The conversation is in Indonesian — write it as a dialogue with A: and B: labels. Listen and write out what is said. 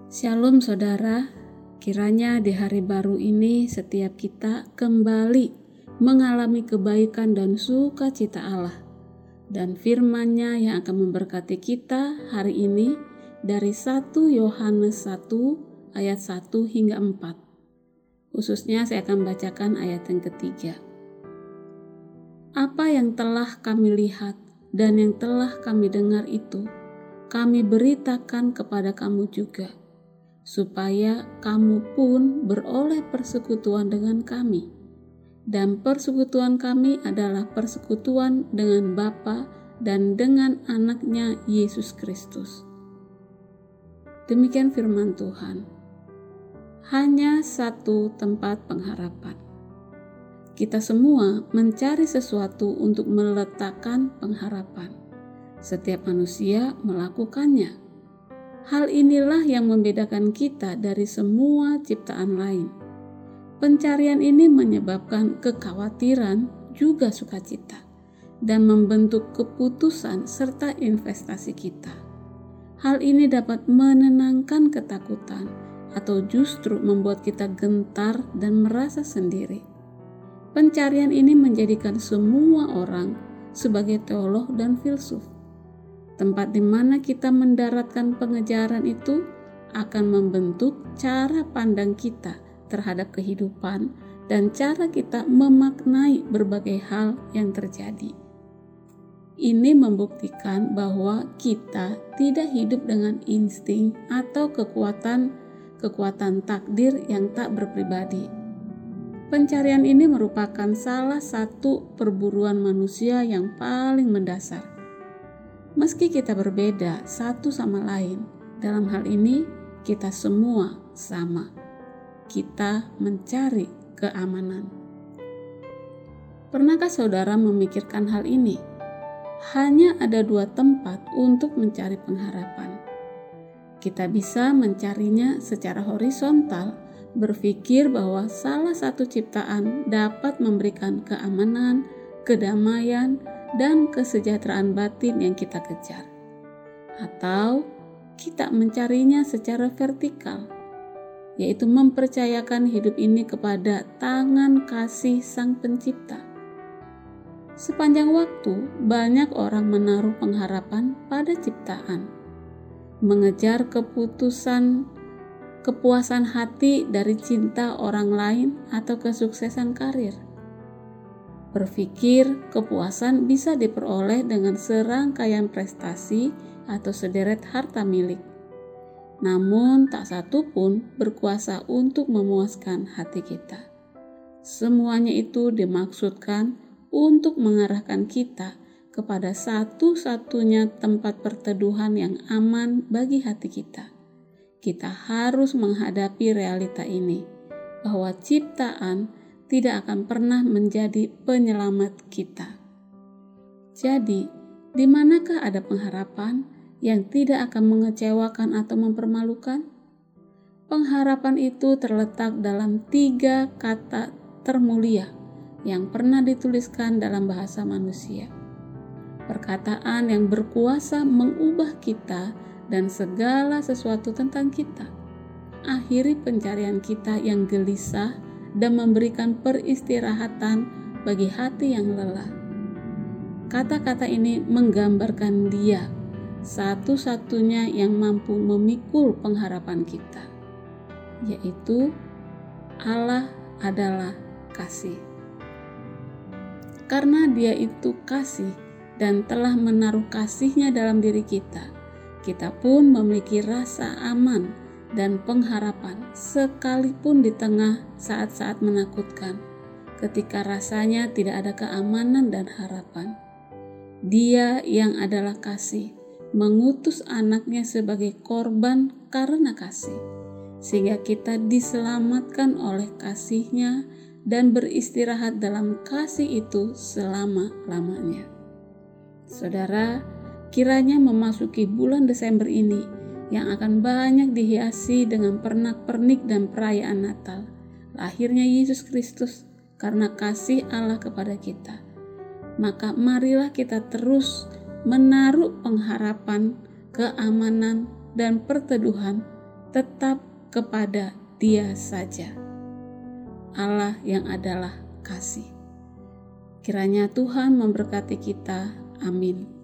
A: Shalom saudara, kiranya di hari baru ini setiap kita kembali mengalami kebaikan dan sukacita Allah. Dan firman-Nya yang akan memberkati kita hari ini dari 1 Yohanes 1 ayat 1 hingga 4. Khususnya saya akan bacakan ayat yang ketiga. Apa yang telah kami lihat dan yang telah kami dengar itu, kami beritakan kepada kamu juga, supaya kamu pun beroleh persekutuan dengan kami. Dan persekutuan kami adalah persekutuan dengan Bapa dan dengan anaknya Yesus Kristus. Demikian firman Tuhan. Hanya satu tempat pengharapan. Kita semua mencari sesuatu untuk meletakkan pengharapan. Setiap manusia melakukannya. Hal inilah yang membedakan kita dari semua ciptaan lain. Pencarian ini menyebabkan kekhawatiran juga sukacita dan membentuk keputusan serta investasi kita. Hal ini dapat menenangkan ketakutan atau justru membuat kita gentar dan merasa sendiri. Pencarian ini menjadikan semua orang sebagai teolog dan filsuf. Tempat di mana kita mendaratkan pengejaran itu akan membentuk cara pandang kita terhadap kehidupan dan cara kita memaknai berbagai hal yang terjadi. Ini membuktikan bahwa kita tidak hidup dengan insting atau kekuatan takdir yang tak berpribadi. Pencarian ini merupakan salah satu perburuan manusia yang paling mendasar. Meski kita berbeda satu sama lain, dalam hal ini kita semua sama. Kita mencari keamanan. Pernahkah saudara memikirkan hal ini? Hanya ada dua tempat untuk mencari pengharapan. Kita bisa mencarinya secara horizontal, berpikir bahwa salah satu ciptaan dapat memberikan keamanan, kedamaian, dan kesejahteraan batin yang kita kejar. Atau kita mencarinya secara vertikal, yaitu mempercayakan hidup ini kepada tangan kasih Sang Pencipta. Sepanjang waktu, banyak orang menaruh pengharapan pada ciptaan, mengejar kepuasan hati dari cinta orang lain atau kesuksesan karir. Berpikir kepuasan bisa diperoleh dengan serangkaian prestasi atau sederet harta milik. Namun tak satu pun berkuasa untuk memuaskan hati kita. Semuanya itu dimaksudkan untuk mengarahkan kita kepada satu-satunya tempat perteduhan yang aman bagi hati kita. Kita harus menghadapi realita ini, bahwa ciptaan tidak akan pernah menjadi penyelamat kita. Jadi, di manakah ada pengharapan yang tidak akan mengecewakan atau mempermalukan? Pengharapan itu terletak dalam 3 kata termulia yang pernah dituliskan dalam bahasa manusia. Perkataan yang berkuasa mengubah kita dan segala sesuatu tentang kita. Akhiri pencarian kita yang gelisah dan memberikan peristirahatan bagi hati yang lelah. Kata-kata ini menggambarkan Dia, satu-satunya yang mampu memikul pengharapan kita, yaitu Allah adalah kasih. Karena Dia itu kasih dan telah menaruh kasih-Nya dalam diri kita, kita pun memiliki rasa aman dan pengharapan sekalipun di tengah saat-saat menakutkan, ketika rasanya tidak ada keamanan dan harapan. Dia yang adalah kasih mengutus anaknya sebagai korban karena kasih, sehingga kita diselamatkan oleh kasih-Nya dan beristirahat dalam kasih itu selama-lamanya. Saudara, kiranya memasuki bulan Desember ini yang akan banyak dihiasi dengan pernak-pernik dan perayaan Natal, lahirnya Yesus Kristus karena kasih Allah kepada kita. Maka marilah kita terus menaruh pengharapan, keamanan, dan perteduhan tetap kepada Dia saja, Allah yang adalah kasih. Kiranya Tuhan memberkati kita. Amin.